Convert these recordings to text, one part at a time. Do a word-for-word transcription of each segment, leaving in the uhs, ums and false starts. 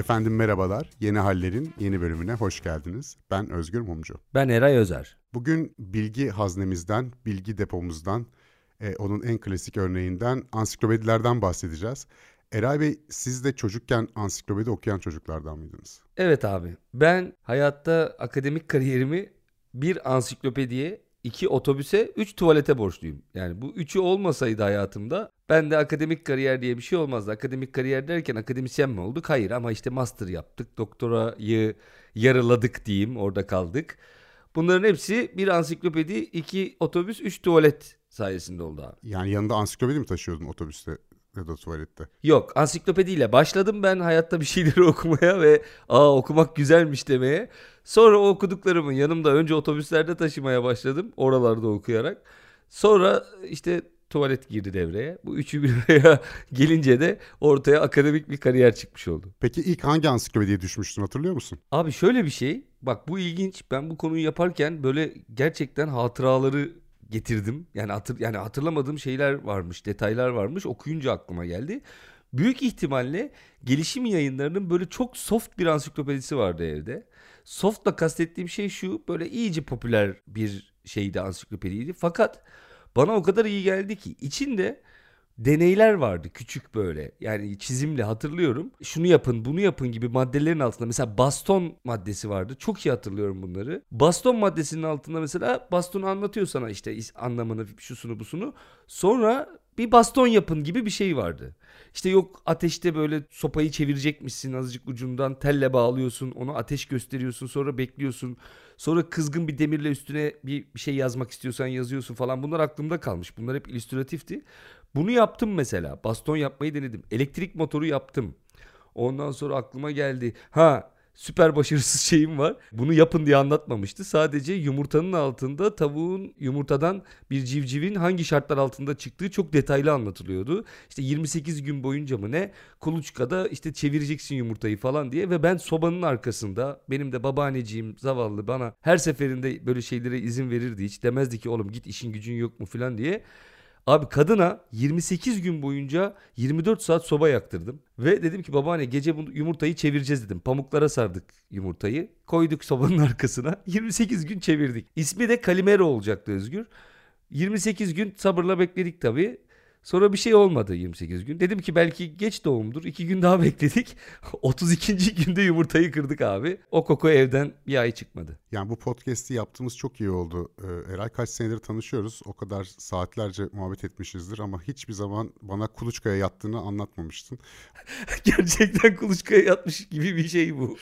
Efendim merhabalar, Yeni Haller'in yeni bölümüne hoş geldiniz. Ben Özgür Mumcu. Ben Eray Özer. Bugün bilgi haznemizden, bilgi depomuzdan, e, onun en klasik örneğinden ansiklopedilerden bahsedeceğiz. Eray Bey, siz de çocukken ansiklopedi okuyan çocuklardan mıydınız? Evet abi, ben hayatta akademik kariyerimi bir ansiklopediye, iki otobüse, üç tuvalete borçluyum. Yani bu üçü olmasaydı hayatımda ben de akademik kariyer diye bir şey olmazdı. Akademik kariyer derken akademisyen mi olduk? Hayır, ama işte master yaptık, doktorayı yarıladık diyeyim, orada kaldık. Bunların hepsi bir ansiklopedi, iki otobüs, üç tuvalet sayesinde oldu abi. Yani yanında ansiklopedi mi taşıyordun otobüste ya da tuvalette? Yok, ansiklopediyle başladım ben hayatta bir şeyleri okumaya ve aa okumak güzelmiş demeye. Sonra o okuduklarımı yanımda önce otobüslerde taşımaya başladım, oralarda okuyarak. Sonra işte tuvalet girdi devreye. Bu üçü bir araya gelince de ortaya akademik bir kariyer çıkmış oldu. Peki ilk hangi ansiklopediye düşmüştün, hatırlıyor musun? Abi şöyle bir şey, bak bu ilginç. Ben bu konuyu yaparken böyle gerçekten hatıraları getirdim. Yani hatır, yani hatırlamadığım şeyler varmış, detaylar varmış. Okuyunca aklıma geldi. Büyük ihtimalle Gelişim Yayınları'nın böyle çok soft bir ansiklopedisi vardı evde. Soft'la kastettiğim şey şu, böyle iyice popüler bir şeydi, ansiklopediydi. Fakat bana o kadar iyi geldi ki içinde deneyler vardı küçük böyle, yani çizimle hatırlıyorum. Şunu yapın, bunu yapın gibi maddelerin altında mesela baston maddesi vardı. Çok iyi hatırlıyorum bunları. Baston maddesinin altında mesela bastonu anlatıyor sana, işte anlamını, şusunu busunu. Sonra bir baston yapın gibi bir şey vardı. İşte yok, ateşte böyle sopayı çevirecekmişsin, azıcık ucundan telle bağlıyorsun, onu ateş gösteriyorsun, sonra bekliyorsun. Sonra kızgın bir demirle üstüne bir, bir şey yazmak istiyorsan yazıyorsun falan. Bunlar aklımda kalmış. Bunlar hep illüstratifti. Bunu yaptım mesela. Baston yapmayı denedim. Elektrik motoru yaptım. Ondan sonra aklıma geldi. Ha, süper başarısız şeyim var. Bunu yapın diye anlatmamıştı. Sadece yumurtanın altında tavuğun yumurtadan bir civcivin hangi şartlar altında çıktığı çok detaylı anlatılıyordu. İşte yirmi sekiz gün boyunca mı ne, kuluçkada işte çevireceksin yumurtayı falan diye. Ve ben sobanın arkasında, benim de babaanneciğim zavallı bana her seferinde böyle şeylere izin verirdi. Hiç demezdi ki oğlum git, işin gücün yok mu falan diye. Abi kadına yirmi sekiz gün boyunca yirmi dört saat soba yaktırdım. Ve dedim ki babaanne gece bu yumurtayı çevireceğiz dedim. Pamuklara sardık yumurtayı. Koyduk sobanın arkasına. yirmi sekiz gün çevirdik. İsmi de Kalimero olacaktı Özgür. yirmi sekiz gün sabırla bekledik tabii. Sonra bir şey olmadı yirmi sekiz gün. Dedim ki belki geç doğumdur. iki gün daha bekledik. otuz ikinci günde yumurtayı kırdık abi. O koku evden bir ay çıkmadı. Yani bu podcast'i yaptığımız çok iyi oldu. Ee, Eray, kaç senedir tanışıyoruz. O kadar saatlerce muhabbet etmişizdir ama hiçbir zaman bana kuluçkaya yattığını anlatmamıştın. Gerçekten kuluçkaya yatmış gibi bir şey bu.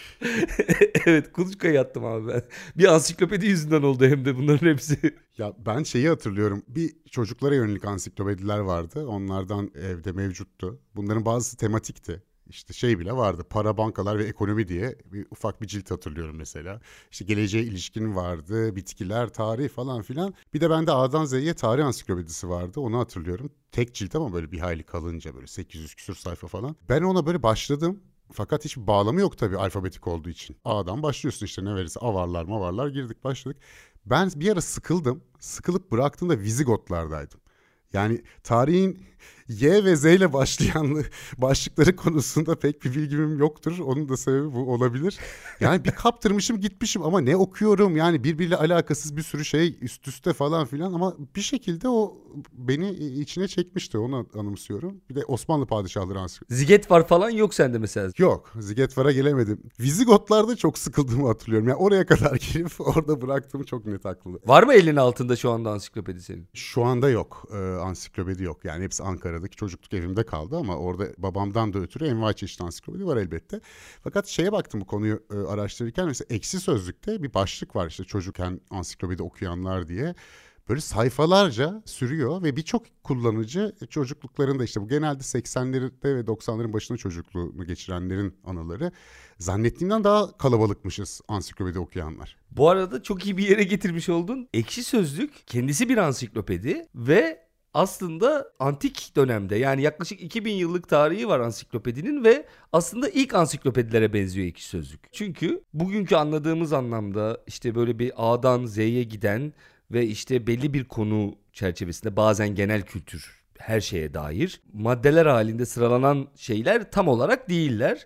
Evet, kuluçkaya yattım abi ben. Bir ansiklopedi yüzünden oldu hem de bunların hepsi. Ya ben şeyi hatırlıyorum. Bir çocuklara yönelik ansiklopediler vardı. Onlardan evde mevcuttu. Bunların bazısı tematikti. İşte şey bile vardı. Para, bankalar ve ekonomi diye bir ufak bir cilt hatırlıyorum mesela. İşte geleceğe ilişkin vardı. Bitkiler, tarih falan filan. Bir de bende A'dan Z'ye tarih ansiklopedisi vardı. Onu hatırlıyorum. Tek cilt ama böyle bir hayli kalınca, böyle sekiz yüz küsur sayfa falan. Ben ona böyle başladım. Fakat hiçbir bağlamı yok tabii alfabetik olduğu için. A'dan başlıyorsun, işte ne verirse avarlar mavarlar, girdik başladık. Ben bir ara sıkıldım. Sıkılıp bıraktığımda Vizigotlardaydım. Yani tarihin Y ve Z ile başlayan başlıkları konusunda pek bir bilgim yoktur. Onun da sebebi bu olabilir. Yani bir kaptırmışım gitmişim ama ne okuyorum, yani birbiriyle alakasız bir sürü şey üst üste falan filan, ama bir şekilde o beni içine çekmişti, onu anımsıyorum. Bir de Osmanlı padişahları ansiklopedisi. Ziget var falan yok sende mesela. Yok, Zigetvar'a gelemedim. Vizigotlarda çok sıkıldığımı hatırlıyorum. Yani oraya kadar gelip orada bıraktığım çok net aklımda. Var mı elinin altında şu anda ansiklopedi senin? Şu anda yok. Ee, ansiklopedi yok. Yani hepsi Ankara'daki çocukluk evimde kaldı ama orada babamdan da ötürü envai çeşitli ansiklopedi var elbette. Fakat şeye baktım bu konuyu e, araştırırken, mesela Ekşi Sözlük'te bir başlık var, işte çocukken ansiklopedi okuyanlar diye. Böyle sayfalarca sürüyor ve birçok kullanıcı çocukluklarında, işte bu genelde seksenlerde ve doksanların başında çocukluğunu geçirenlerin anıları. Zannettiğimden daha kalabalıkmışız ansiklopedi okuyanlar. Bu arada çok iyi bir yere getirmiş oldun. Ekşi Sözlük kendisi bir ansiklopedi ve aslında antik dönemde, yani yaklaşık iki bin yıllık tarihi var ansiklopedinin ve aslında ilk ansiklopedilere benziyor Ekşi Sözlük. Çünkü bugünkü anladığımız anlamda işte böyle bir A'dan Z'ye giden ve işte belli bir konu çerçevesinde, bazen genel kültür, her şeye dair maddeler halinde sıralanan şeyler tam olarak değiller.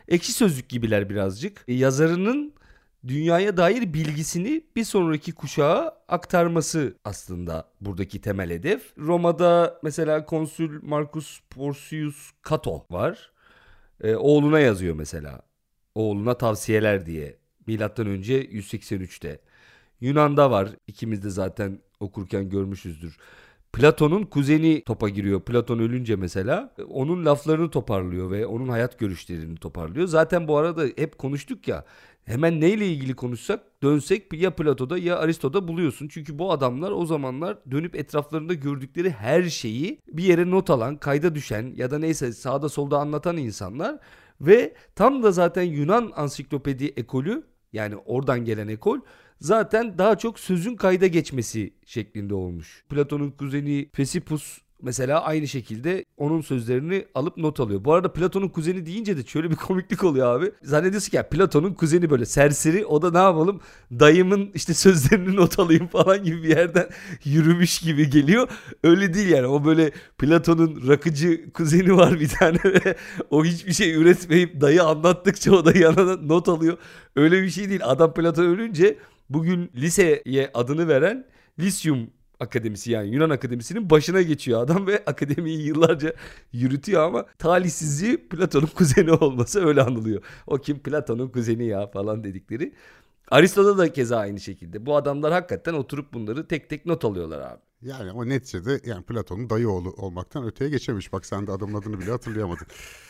Ekşi Sözlük gibiler birazcık. E, yazarının dünyaya dair bilgisini bir sonraki kuşağa aktarması aslında buradaki temel hedef. Roma'da mesela konsül Marcus Porcius Cato var. E, oğluna yazıyor mesela. Oğluna tavsiyeler diye. Milattan önce yüz seksen üçte. Yunan'da var. İkimiz de zaten okurken görmüşüzdür. Platon'un kuzeni topa giriyor. Platon ölünce mesela onun laflarını toparlıyor ve onun hayat görüşlerini toparlıyor. Zaten bu arada hep konuştuk ya. Hemen neyle ilgili konuşsak dönsek ya Platon'da ya Aristo'da buluyorsun. Çünkü bu adamlar o zamanlar dönüp etraflarında gördükleri her şeyi bir yere not alan, kayda düşen ya da neyse sağda solda anlatan insanlar. Ve tam da zaten Yunan ansiklopedi ekolü, yani oradan gelen ekol zaten daha çok sözün kayda geçmesi şeklinde olmuş. Platon'un kuzeni Chrysippus mesela aynı şekilde onun sözlerini alıp not alıyor. Bu arada Platon'un kuzeni deyince de şöyle bir komiklik oluyor abi. Zannediyorsun ki ya Platon'un kuzeni böyle serseri, o da ne yapalım dayımın işte sözlerini not alayım falan gibi bir yerden yürümüş gibi geliyor. Öyle değil yani, o böyle Platon'un rakıcı kuzeni var bir tane ve o hiçbir şey üretmeyip dayı anlattıkça o da yanına not alıyor. Öyle bir şey değil. Adam Platon ölünce bugün liseye adını veren Lisyum Akademisi, yani Yunan Akademisi'nin başına geçiyor adam ve akademiyi yıllarca yürütüyor ama talihsizliği Platon'un kuzeni olması öyle anılıyor. O kim? Platon'un kuzeni ya falan dedikleri. Aristo'da da keza aynı şekilde. Bu adamlar hakikaten oturup bunları tek tek not alıyorlar abi. Yani o neticede yani Platon'un dayı oğlu olmaktan öteye geçemiş. Bak sen de adamın adını bile hatırlayamadın.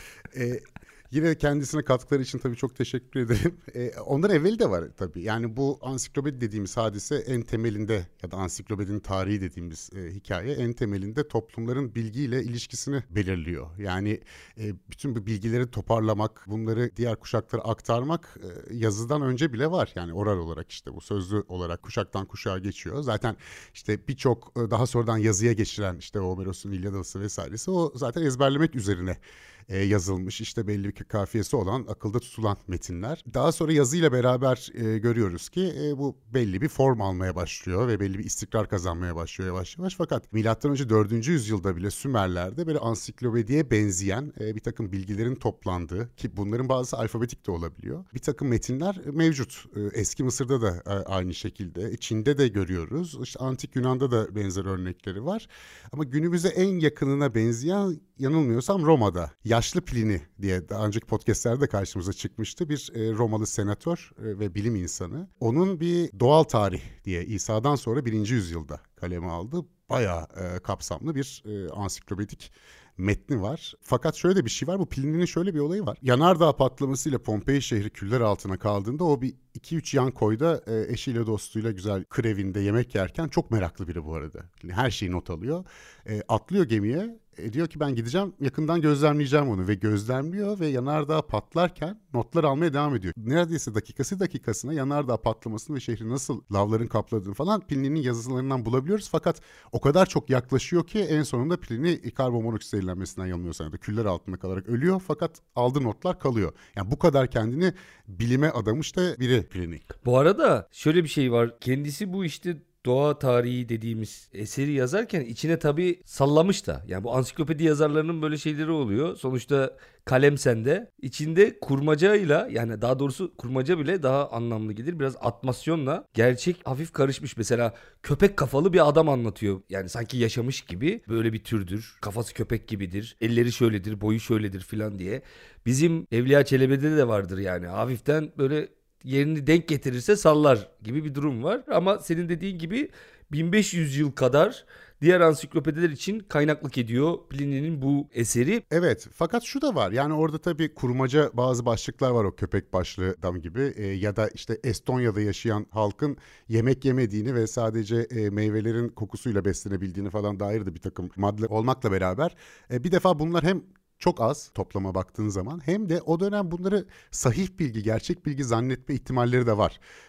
Ee, Yine kendisine katkıları için tabii çok teşekkür ederim. Ee, ondan evveli de var tabii. Yani bu ansiklopedi dediğimiz hadise en temelinde, ya da ansiklopedinin tarihi dediğimiz e, hikaye en temelinde toplumların bilgiyle ilişkisini belirliyor. Yani e, bütün bu bilgileri toparlamak, bunları diğer kuşaklara aktarmak e, yazıdan önce bile var. Yani oral olarak, işte bu sözlü olarak kuşaktan kuşağa geçiyor. Zaten işte birçok e, daha sonradan yazıya geçiren işte Homeros'un İlyadası vesairesi o zaten ezberlemek üzerine E, yazılmış, işte belli bir kafiyesi olan, akılda tutulan metinler. Daha sonra yazıyla beraber e, görüyoruz ki e, bu belli bir form almaya başlıyor ve belli bir istikrar kazanmaya başlıyor yavaş yavaş. Fakat milattan önce dördüncü yüzyılda bile Sümerler'de böyle ansiklopediye benzeyen e, bir takım bilgilerin toplandığı, ki bunların bazısı alfabetik de olabiliyor, bir takım metinler mevcut. E, eski Mısır'da da e, aynı şekilde, Çin'de de görüyoruz. İşte Antik Yunan'da da benzer örnekleri var. Ama günümüze en yakınına benzeyen, yanılmıyorsam Roma'da. Yaşlı Plini diye daha önceki podcastlerde karşımıza çıkmıştı. Bir e, Romalı senatör e, ve bilim insanı. Onun bir Doğal Tarih diye İsa'dan sonra birinci yüzyılda kaleme aldı. Bayağı e, kapsamlı bir e, ansiklopedik metni var. Fakat şöyle de bir şey var. Bu Plini'nin şöyle bir olayı var. Yanardağ patlamasıyla Pompei şehri küller altına kaldığında o bir iki üç yan koyda e, eşiyle dostuyla güzel kır evinde yemek yerken, çok meraklı biri bu arada. Her şeyi not alıyor. E, atlıyor gemiye. E, diyor ki ben gideceğim, yakından gözlemleyeceğim onu, ve gözlemliyor ve yanardağ patlarken notlar almaya devam ediyor. Neredeyse dakikası dakikasına yanardağ patlamasını ve şehri nasıl lavların kapladığını falan Plini'nin yazılarından bulabiliyoruz. Fakat o kadar çok yaklaşıyor ki en sonunda Plini karbonmonoksit zehirlenmesinden, yanılmıyorsam ya da küller altında kalarak ölüyor, fakat aldığı notlar kalıyor. Yani bu kadar kendini bilime adamış da biri Plini. Bu arada şöyle bir şey var. Kendisi bu işte doğa tarihi dediğimiz eseri yazarken içine tabii sallamış da. Yani bu ansiklopedi yazarlarının böyle şeyleri oluyor. Sonuçta kalem sende. İçinde kurmacayla, yani daha doğrusu kurmaca bile daha anlamlı gelir. Biraz atmasyonla gerçek hafif karışmış. Mesela köpek kafalı bir adam anlatıyor. Yani sanki yaşamış gibi, böyle bir türdür. Kafası köpek gibidir. Elleri şöyledir, boyu şöyledir filan diye. Bizim Evliya Çelebi'de de vardır yani. Hafiften böyle yerini denk getirirse sallar gibi bir durum var. Ama senin dediğin gibi bin beş yüz yıl kadar diğer ansiklopediler için kaynaklık ediyor Plini'nin bu eseri. Evet, fakat şu da var. Yani orada tabii kurmaca bazı başlıklar var, o köpek başlı adam gibi. E, ya da işte Estonya'da yaşayan halkın yemek yemediğini ve sadece e, meyvelerin kokusuyla beslenebildiğini falan dair de bir takım madde olmakla beraber e, bir defa bunlar hem çok az toplama baktığın zaman, hem de o dönem bunları sahih bilgi, gerçek bilgi zannetme ihtimalleri de var.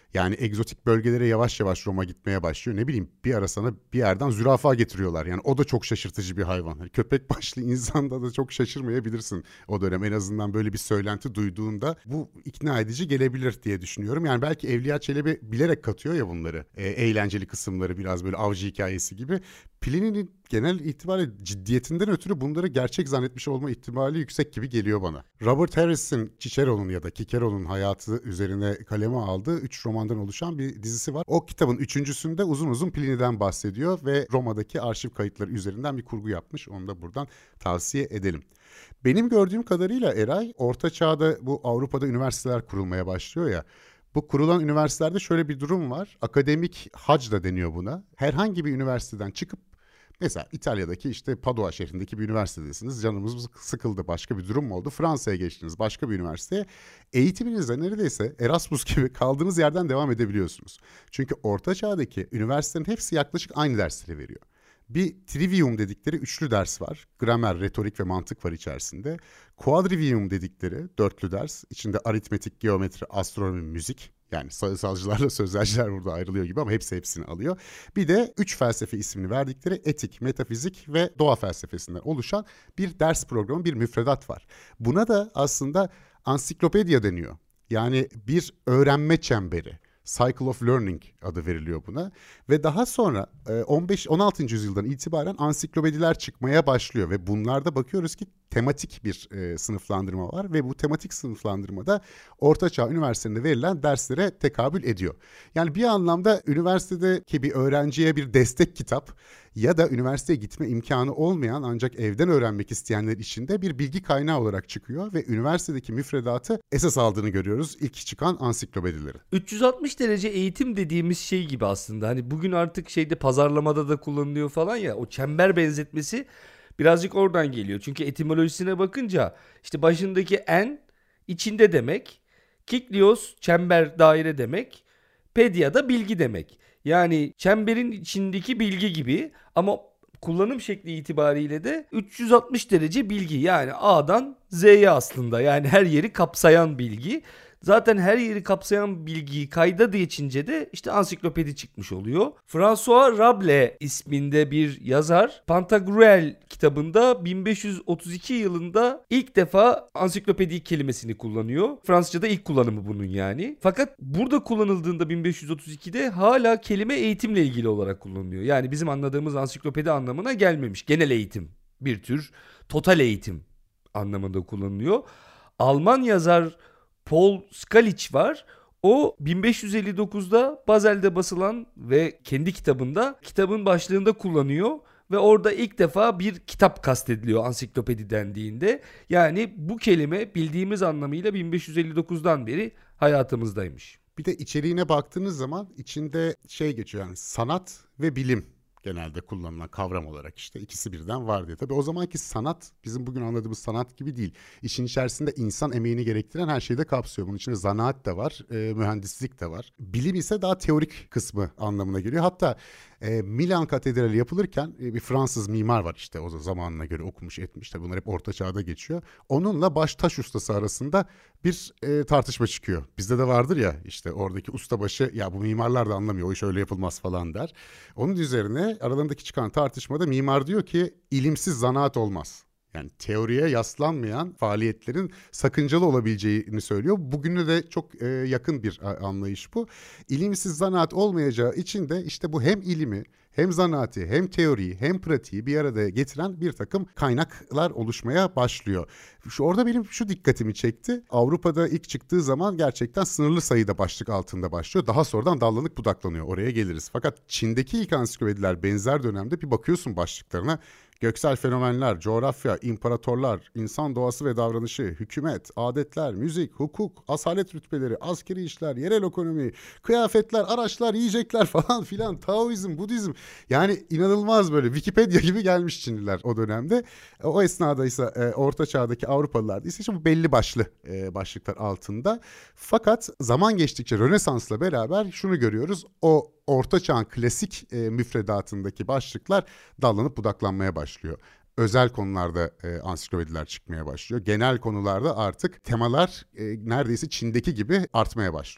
Yani egzotik bölgelere yavaş yavaş Roma gitmeye başlıyor. Ne bileyim bir ara sana bir yerden zürafa getiriyorlar. Yani o da çok şaşırtıcı bir hayvan. Yani köpek başlı insanda da çok şaşırmayabilirsin o dönem. En azından böyle bir söylenti duyduğunda bu ikna edici gelebilir diye düşünüyorum. Yani belki Evliya Çelebi bilerek katıyor ya bunları. E, eğlenceli kısımları biraz böyle avcı hikayesi gibi. Plini'nin genel itibariyle ciddiyetinden ötürü bunları gerçek zannetmiş olma ihtimali yüksek gibi geliyor bana. Robert Harris'in Cicero'nun ya da Cicero'nun hayatı üzerine kaleme aldığı üç romandan oluşan bir dizisi var. O kitabın üçüncüsünde uzun uzun Plini'den bahsediyor ve Roma'daki arşiv kayıtları üzerinden bir kurgu yapmış. Onu da buradan tavsiye edelim. Benim gördüğüm kadarıyla Eray, Orta Çağ'da bu Avrupa'da üniversiteler kurulmaya başlıyor ya. Bu kurulan üniversitelerde şöyle bir durum var. Akademik hac da deniyor buna. Herhangi bir üniversiteden çıkıp mesela İtalya'daki işte Padua şehrindeki bir üniversitedesiniz. Canımız sıkıldı. Başka bir durum mu oldu? Fransa'ya geçtiniz. Başka bir üniversiteye. Eğitiminizde neredeyse Erasmus gibi kaldığınız yerden devam edebiliyorsunuz. Çünkü Orta Çağ'daki üniversitelerin hepsi yaklaşık aynı dersleri veriyor. Bir trivium dedikleri üçlü ders var. Gramer, retorik ve mantık var içerisinde. Quadrivium dedikleri dörtlü ders. İçinde aritmetik, geometri, astronomi, müzik. Yani sayısalcılarla sözelciler burada ayrılıyor gibi ama hepsi hepsini alıyor. Bir de üç felsefe ismini verdikleri etik, metafizik ve doğa felsefesinden oluşan bir ders programı, bir müfredat var. Buna da aslında ansiklopedya deniyor. Yani bir öğrenme çemberi. Cycle of Learning adı veriliyor buna ve daha sonra on beş on altıncı yüzyıldan itibaren ansiklopediler çıkmaya başlıyor ve bunlarda bakıyoruz ki tematik bir e, sınıflandırma var ve bu tematik sınıflandırmada Ortaçağ Üniversitesi'nde verilen derslere tekabül ediyor. Yani bir anlamda üniversitedeki bir öğrenciye bir destek kitap ya da üniversiteye gitme imkanı olmayan ancak evden öğrenmek isteyenler için de bir bilgi kaynağı olarak çıkıyor ve üniversitedeki müfredatı esas aldığını görüyoruz ilk çıkan ansiklopedileri. üç yüz altmış derece eğitim dediğimiz şey gibi aslında. Hani bugün artık şeyde pazarlamada da kullanılıyor falan ya, o çember benzetmesi birazcık oradan geliyor. Çünkü etimolojisine bakınca işte başındaki en içinde demek, kiklios çember daire demek, pedia da bilgi demek. Yani çemberin içindeki bilgi gibi ama kullanım şekli itibariyle de üç yüz altmış derece bilgi, yani A'dan Z'ye aslında, yani her yeri kapsayan bilgi. Zaten her yeri kapsayan bilgiyi kayda geçince de işte ansiklopedi çıkmış oluyor. François Rabelais isminde bir yazar Pantagruel kitabında bin beş yüz otuz iki yılında ilk defa ansiklopedi kelimesini kullanıyor. Fransızca'da ilk kullanımı bunun yani. Fakat burada kullanıldığında bin beş yüz otuz ikide hala kelime eğitimle ilgili olarak kullanılıyor. Yani bizim anladığımız ansiklopedi anlamına gelmemiş. Genel eğitim, bir tür total eğitim anlamında kullanılıyor. Alman yazar Paul Scalich var. O bin beş yüz elli dokuzda Basel'de basılan ve kendi kitabında kitabın başlığında kullanıyor ve orada ilk defa bir kitap kastediliyor ansiklopedi dendiğinde. Yani bu kelime bildiğimiz anlamıyla bin beş yüz elli dokuzdan beri hayatımızdaymış. Bir de içeriğine baktığınız zaman içinde şey geçiyor, yani sanat ve bilim genelde kullanılan kavram olarak işte ikisi birden var diye. Tabii o zamanki sanat bizim bugün anladığımız sanat gibi değil. İşin içerisinde insan emeğini gerektiren her şeyi de kapsıyor. Bunun içinde zanaat da var, e, mühendislik de var. Bilim ise daha teorik kısmı anlamına geliyor. Hatta e, Milan Katedrali yapılırken e, bir Fransız mimar var, işte o zamanına göre okumuş etmiş. Tabii bunlar hep Orta Çağ'da geçiyor. Onunla baş taş ustası arasında bir e, tartışma çıkıyor. Bizde de vardır ya, işte oradaki ustabaşı ya bu mimarlar da anlamıyor, o iş öyle yapılmaz falan der. Onun üzerine aralarındaki çıkan tartışmada mimar diyor ki ilimsiz zanaat olmaz. Yani teoriye yaslanmayan faaliyetlerin sakıncalı olabileceğini söylüyor. Bugüne de çok e, yakın bir anlayış bu. İlimsiz zanaat olmayacağı için de işte bu hem ilimi hem zanaati hem teoriyi hem pratiği bir arada getiren bir takım kaynaklar oluşmaya başlıyor. Şu, orada benim şu dikkatimi çekti. Avrupa'da ilk çıktığı zaman gerçekten sınırlı sayıda başlık altında başlıyor. Daha sonradan dallanıp budaklanıyor. Oraya geliriz. Fakat Çin'deki ilk ansiklopediler benzer dönemde bir bakıyorsun başlıklarına. Göksel fenomenler, coğrafya, imparatorlar, insan doğası ve davranışı, hükümet, adetler, müzik, hukuk, asalet rütbeleri, askeri işler, yerel ekonomi, kıyafetler, araçlar, yiyecekler falan filan, Taoizm, Budizm. Yani inanılmaz, böyle Wikipedia gibi gelmiş Çinliler o dönemde. O esnada ise e, Orta Çağ'daki Avrupalılar ise işte bu belli başlı e, başlıklar altında. Fakat zaman geçtikçe Rönesans'la beraber şunu görüyoruz. O Orta Çağ'ın klasik e, müfredatındaki başlıklar dallanıp budaklanmaya başlıyor. Özel konularda e, ansiklopediler çıkmaya başlıyor. Genel konularda artık temalar e, neredeyse Çin'deki gibi artmaya başlıyor.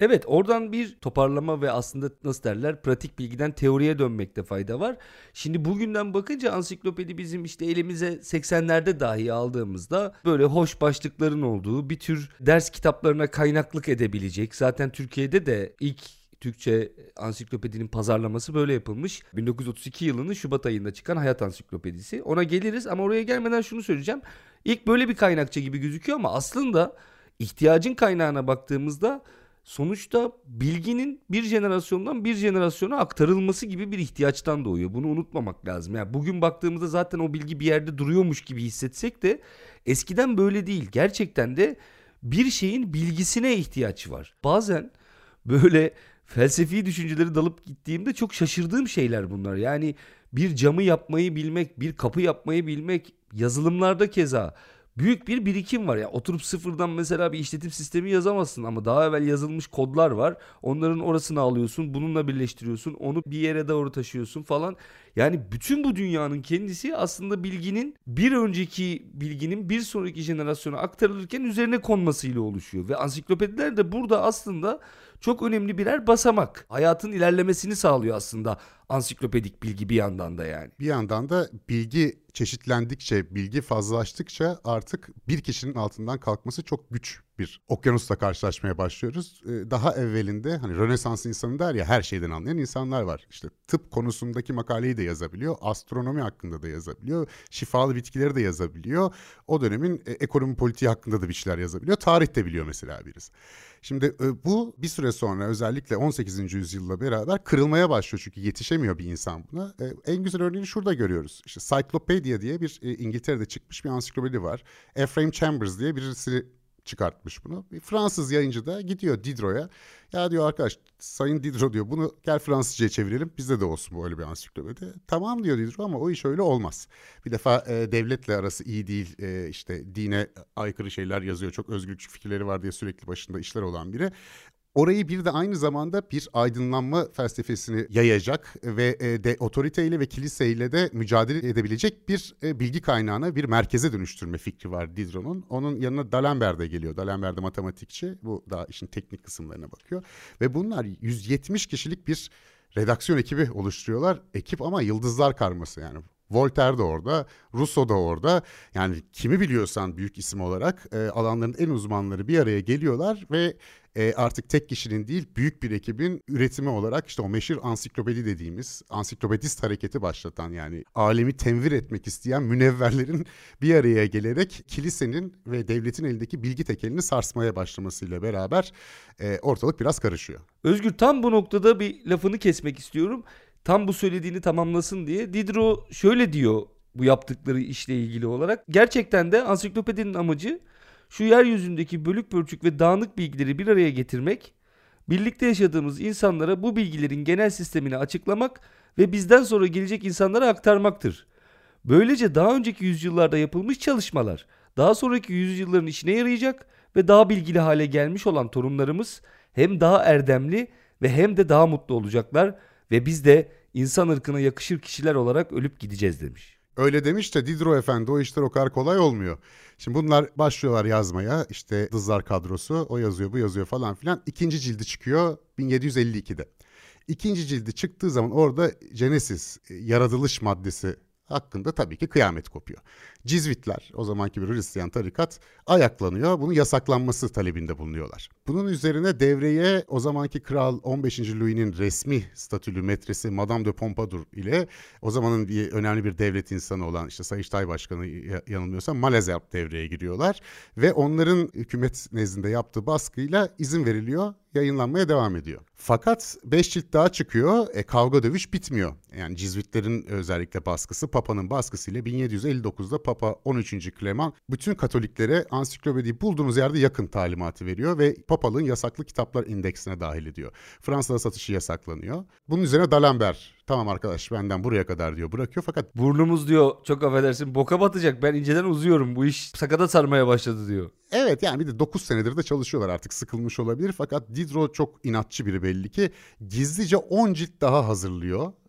Evet, oradan bir toparlama ve aslında nasıl derler, pratik bilgiden teoriye dönmekte fayda var. Şimdi bugünden bakınca ansiklopedi bizim işte elimize seksenlerde dahi aldığımızda böyle hoş başlıkların olduğu bir tür ders kitaplarına kaynaklık edebilecek. Zaten Türkiye'de de ilk Türkçe ansiklopedinin pazarlaması böyle yapılmış. bin dokuz yüz otuz iki yılının Şubat ayında çıkan Hayat Ansiklopedisi. Ona geliriz ama oraya gelmeden şunu söyleyeceğim. İlk böyle bir kaynakça gibi gözüküyor ama aslında ihtiyacın kaynağına baktığımızda sonuçta bilginin bir jenerasyondan bir jenerasyona aktarılması gibi bir ihtiyaçtan doğuyor. Bunu unutmamak lazım. Yani bugün baktığımızda zaten o bilgi bir yerde duruyormuş gibi hissetsek de eskiden böyle değil. Gerçekten de bir şeyin bilgisine ihtiyaç var. Bazen böyle felsefi düşünceleri dalıp gittiğimde çok şaşırdığım şeyler bunlar. Yani bir camı yapmayı bilmek, bir kapı yapmayı bilmek, yazılımlarda keza büyük bir birikim var. Ya oturup sıfırdan mesela bir işletim sistemi yazamazsın ama daha evvel yazılmış kodlar var. Onların orasını alıyorsun, bununla birleştiriyorsun, onu bir yere doğru taşıyorsun falan. Yani bütün bu dünyanın kendisi aslında bilginin bir önceki bilginin bir sonraki jenerasyona aktarılırken üzerine konmasıyla oluşuyor. Ve ansiklopediler de burada aslında çok önemli birer basamak. Hayatın ilerlemesini sağlıyor aslında ansiklopedik bilgi bir yandan da yani. Bir yandan da bilgi çeşitlendikçe, bilgi fazlalaştıkça artık bir kişinin altından kalkması çok güç bir okyanusla karşılaşmaya başlıyoruz. Ee, Daha evvelinde hani Rönesans insanı der ya, her şeyden anlayan insanlar var. İşte tıp konusundaki makaleyi de yazabiliyor, astronomi hakkında da yazabiliyor, şifalı bitkileri de yazabiliyor. O dönemin e, ekonomi politiği hakkında da bir şeyler yazabiliyor. Tarih de biliyor mesela birisi. Şimdi e, bu bir süre sonra özellikle on sekizinci yüzyılla beraber kırılmaya başlıyor çünkü yetişemiyor bir insan buna. E, en güzel örneğini şurada görüyoruz. İşte Cyclopedia diye bir e, İngiltere'de çıkmış bir ansiklopedi var. Ephraim Chambers diye birisi çıkartmış bunu. Bir Fransız yayıncı da gidiyor Diderot'a. Ya diyor, arkadaş, Sayın Diderot diyor, bunu gel Fransızca'ya çevirelim. Bizde de olsun böyle bir ansiklopedi. Tamam diyor Diderot ama o iş öyle olmaz. Bir defa e, devletle arası iyi değil. E, işte dine aykırı şeyler yazıyor. Çok özgürlükçü fikirleri var diye sürekli başında işler olan biri. Orayı bir de aynı zamanda bir aydınlanma felsefesini yayacak ve e, de otoriteyle ve kiliseyle de mücadele edebilecek bir e, bilgi kaynağına, bir merkeze dönüştürme fikri var Diderot'un. Onun yanına D'Alembert de geliyor. D'Alembert de matematikçi. Bu daha işin teknik kısımlarına bakıyor. Ve bunlar yüz yetmiş kişilik bir redaksiyon ekibi oluşturuyorlar. Ekip ama yıldızlar karması yani. Voltaire de orada, Rousseau da orada. Yani kimi biliyorsan büyük isim olarak e, alanların en uzmanları bir araya geliyorlar ve e, artık tek kişinin değil, büyük bir ekibin üretimi olarak işte o meşhur ansiklopedi dediğimiz ansiklopedist hareketi başlatan, yani alemi tenvir etmek isteyen münevverlerin bir araya gelerek kilisenin ve devletin elindeki bilgi tekelini sarsmaya başlamasıyla beraber e, ortalık biraz karışıyor. Özgür, tam bu noktada bir lafını kesmek istiyorum. Tam bu söylediğini tamamlasın diye. Diderot şöyle diyor bu yaptıkları işle ilgili olarak. Gerçekten de ansiklopedinin amacı şu yeryüzündeki bölük pörçük ve dağınık bilgileri bir araya getirmek, birlikte yaşadığımız insanlara bu bilgilerin genel sistemini açıklamak ve bizden sonra gelecek insanlara aktarmaktır. Böylece daha önceki yüzyıllarda yapılmış çalışmalar daha sonraki yüzyılların işine yarayacak ve daha bilgili hale gelmiş olan torunlarımız hem daha erdemli ve hem de daha mutlu olacaklar ve biz de insan ırkına yakışır kişiler olarak ölüp gideceğiz demiş. Öyle demiş de Diderot efendi, o işler o kadar kolay olmuyor. Şimdi bunlar başlıyorlar yazmaya, işte Dızlar kadrosu, o yazıyor bu yazıyor falan filan. İkinci cildi çıkıyor bin yedi yüz elli ikide. İkinci cildi çıktığı zaman orada Genesis, yaratılış maddesi hakkında tabii ki kıyamet kopuyor. Cizvitler, o zamanki bir Hristiyan tarikat, ayaklanıyor. Bunun yasaklanması talebinde bulunuyorlar. Bunun üzerine devreye o zamanki kral on beşinci Louis'nin resmi statülü metresi Madame de Pompadour ile o zamanın bir, önemli bir devlet insanı olan işte Sayıştay Başkanı yanılmıyorsam Malesherbes devreye giriyorlar. Ve onların hükümet nezdinde yaptığı baskıyla izin veriliyor, yayınlanmaya devam ediyor. Fakat beş cilt daha çıkıyor, e, kavga dövüş bitmiyor. Yani Cizvitlerin özellikle baskısı, Papa'nın baskısıyla bin yedi yüz elli dokuzda Papa on üçüncü Kleman bütün Katoliklere ansiklopediyi bulduğunuz yerde yakın talimatı veriyor ve papalığın yasaklı kitaplar indeksine dahil ediyor. Fransa'da satışı yasaklanıyor. Bunun üzerine D'Alembert, tamam arkadaş benden buraya kadar diyor, bırakıyor. Fakat Burnumuz diyor, çok affedersin, boka batacak, ben inceden uzuyorum, bu iş sakata sarmaya başladı diyor. evet, yani bir de dokuz senedir de çalışıyorlar, artık sıkılmış olabilir. Fakat Diderot çok inatçı biri belli ki, gizlice on cilt daha hazırlıyor.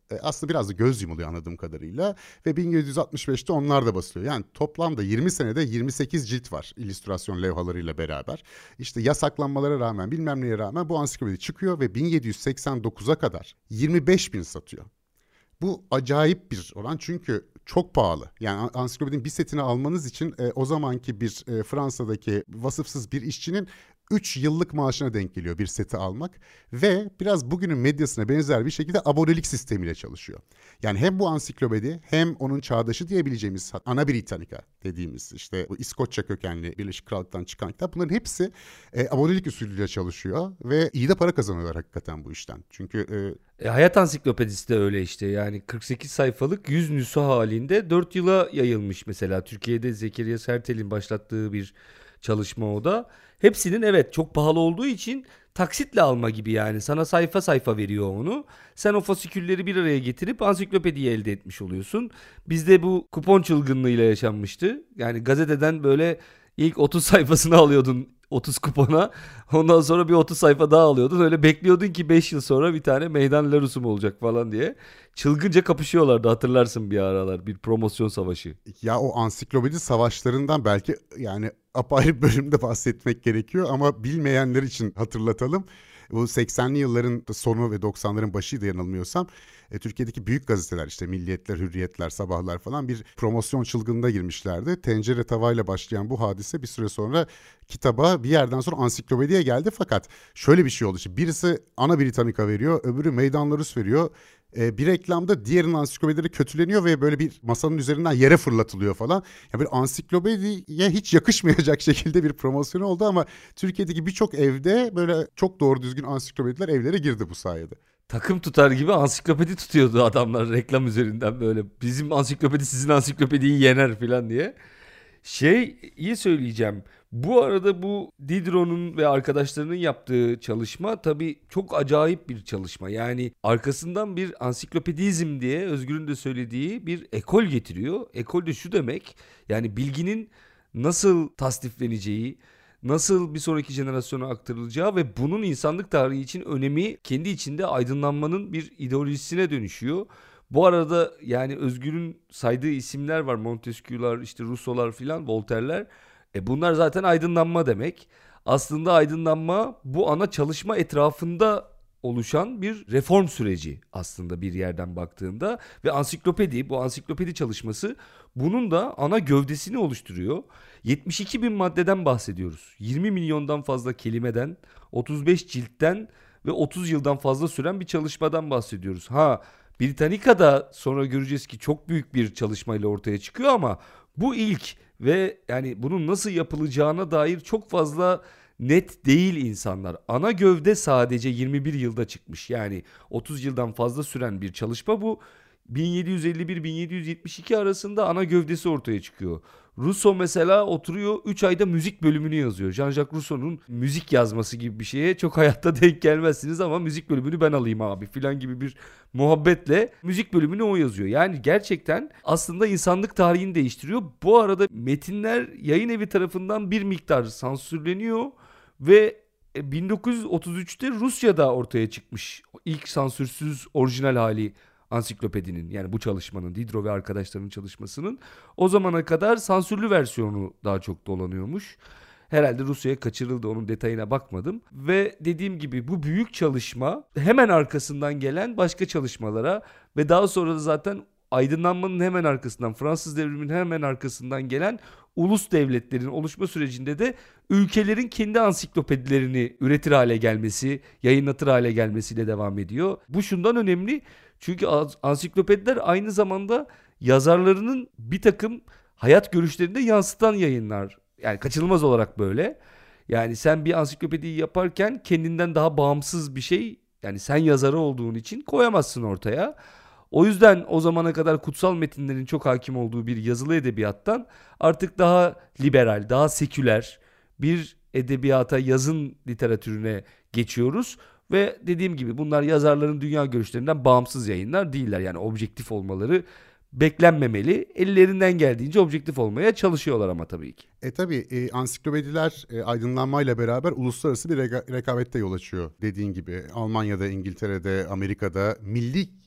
E, aslında biraz da göz yumuluyor anladığım kadarıyla. Ve bin yedi yüz altmış beşte onlar da basılıyor. Yani toplamda yirmi senede yirmi sekiz cilt var illüstrasyon levhalarıyla beraber. İşte yasaklanmalara rağmen bilmem neye rağmen bu ansiklopedi çıkıyor ve bin yedi yüz seksen dokuza kadar yirmi beş bin satıyor. Bu acayip bir oran çünkü çok pahalı. Yani ansiklopedinin bir setini almanız için e, o zamanki bir e, Fransa'daki vasıfsız bir işçinin üç yıllık maaşına denk geliyor bir seti almak. Ve biraz bugünün medyasına benzer bir şekilde abonelik sistemiyle çalışıyor. Yani hem bu ansiklopedi hem onun çağdaşı diyebileceğimiz Ana Britannica dediğimiz işte bu İskoçya kökenli Birleşik Krallık'tan çıkan kitap, bunların hepsi e, abonelik usulüyle çalışıyor ve iyi de para kazanıyorlar hakikaten bu işten. Çünkü E, Hayat Ansiklopedisi de öyle işte. Yani kırk sekiz sayfalık yüz nüsha halinde dört yıla yayılmış mesela. Türkiye'de Zekeriya Sertel'in başlattığı bir çalışma o da. Hepsinin evet çok pahalı olduğu için taksitle alma gibi yani. Sana sayfa sayfa veriyor onu. Sen o fasikülleri bir araya getirip ansiklopediyi elde etmiş oluyorsun. Bizde bu kupon çılgınlığıyla yaşanmıştı. Yani gazeteden böyle ilk otuz sayfasını alıyordun otuz kupona. Ondan sonra bir otuz sayfa daha alıyordun. Öyle bekliyordun ki beş yıl sonra bir tane meydan Larus'um olacak falan diye. Çılgınca kapışıyorlardı, hatırlarsın bir aralar. Bir promosyon savaşı. ya o ansiklopedi savaşlarından belki yani apayrı bir bölümde bahsetmek gerekiyor ama bilmeyenler için hatırlatalım. Bu seksenli yılların sonu ve doksanların başıydı yanılmıyorsam. E, Türkiye'deki büyük gazeteler işte Milliyetler, Hürriyetler, Sabahlar falan bir promosyon çılgınına girmişlerdi. Tencere tavayla başlayan bu hadise bir süre sonra kitaba, bir yerden sonra ansiklopediye geldi. Fakat şöyle bir şey oldu. İşte birisi Ana Britannica veriyor, öbürü Meydan Larus veriyor. E, bir reklamda diğerinin ansiklopedileri kötüleniyor ve böyle bir masanın üzerinden yere fırlatılıyor falan. Yani bir ansiklopediye hiç yakışmayacak şekilde bir promosyon oldu ama Türkiye'deki birçok evde böyle çok doğru düzgün ansiklopediler evlere girdi bu sayede. Takım tutar gibi ansiklopedi tutuyordu adamlar reklam üzerinden böyle. Bizim ansiklopedi sizin ansiklopediyi yener falan diye. Şey iyi söyleyeceğim. Bu arada bu Diderot'un ve arkadaşlarının yaptığı çalışma tabii çok acayip bir çalışma. Yani arkasından bir ansiklopedizm diye Özgür'ün de söylediği bir ekol getiriyor. Ekol de şu demek, yani bilginin nasıl tasnifleneceği, nasıl bir sonraki jenerasyona aktarılacağı ve bunun insanlık tarihi için önemi kendi içinde aydınlanmanın bir ideolojisine dönüşüyor. Bu arada yani Özgür'ün saydığı isimler var. Montesquieu'lar, işte Rousseau'lar filan, Voltaire'ler. E bunlar zaten aydınlanma demek. Aslında aydınlanma bu ana çalışma etrafında oluşan bir reform süreci aslında bir yerden baktığında. Ve ansiklopedi, bu ansiklopedi çalışması bunun da ana gövdesini oluşturuyor. yetmiş iki bin maddeden bahsediyoruz. yirmi milyondan fazla kelimeden, otuz beş ciltten ve otuz yıldan fazla süren bir çalışmadan bahsediyoruz. Ha, Britannica'da sonra göreceğiz ki çok büyük bir çalışmayla ortaya çıkıyor ama bu ilk ve yani bunun nasıl yapılacağına dair çok fazla net değil insanlar. Ana gövde sadece yirmi bir yılda çıkmış. Yani otuz yıldan fazla süren bir çalışma bu. bin yedi yüz elli bir bin yedi yüz yetmiş iki arasında ana gövdesi ortaya çıkıyor. Rousseau mesela oturuyor üç ayda müzik bölümünü yazıyor. Jean-Jacques Rousseau'nun müzik yazması gibi bir şeye çok hayatta denk gelmezsiniz ama müzik bölümünü ben alayım abi filan gibi bir muhabbetle müzik bölümünü o yazıyor. Yani gerçekten aslında insanlık tarihini değiştiriyor. Bu arada metinler yayın evi tarafından bir miktar sansürleniyor ve bin dokuz yüz otuz üçte Rusya'da ortaya çıkmış ilk sansürsüz orijinal hali ansiklopedinin, yani bu çalışmanın, Diderot ve arkadaşlarının çalışmasının. O zamana kadar sansürlü versiyonu daha çok dolanıyormuş. Herhalde Rusya'ya kaçırıldı, onun detayına bakmadım. Ve dediğim gibi bu büyük çalışma hemen arkasından gelen başka çalışmalara ve daha sonra da zaten aydınlanmanın hemen arkasından, Fransız devriminin hemen arkasından gelen ulus devletlerin oluşma sürecinde de ülkelerin kendi ansiklopedilerini üretir hale gelmesi, yayınlatır hale gelmesiyle devam ediyor. Bu şundan önemli. Çünkü ansiklopediler aynı zamanda yazarlarının bir takım hayat görüşlerini de yansıtan yayınlar. Yani kaçınılmaz olarak böyle. Yani sen bir ansiklopediyi yaparken kendinden daha bağımsız bir şey, yani sen yazarı olduğun için koyamazsın ortaya. O yüzden o zamana kadar kutsal metinlerin çok hakim olduğu bir yazılı edebiyattan artık daha liberal, daha seküler bir edebiyata, yazın literatürüne geçiyoruz. Ve dediğim gibi bunlar yazarların dünya görüşlerinden bağımsız yayınlar değiller. Yani objektif olmaları beklenmemeli. Ellerinden geldiğince objektif olmaya çalışıyorlar ama tabii ki. E tabii e, ansiklopediler e, aydınlanmayla beraber uluslararası bir reka- rekabette yol açıyor. Dediğin gibi Almanya'da, İngiltere'de, Amerika'da milli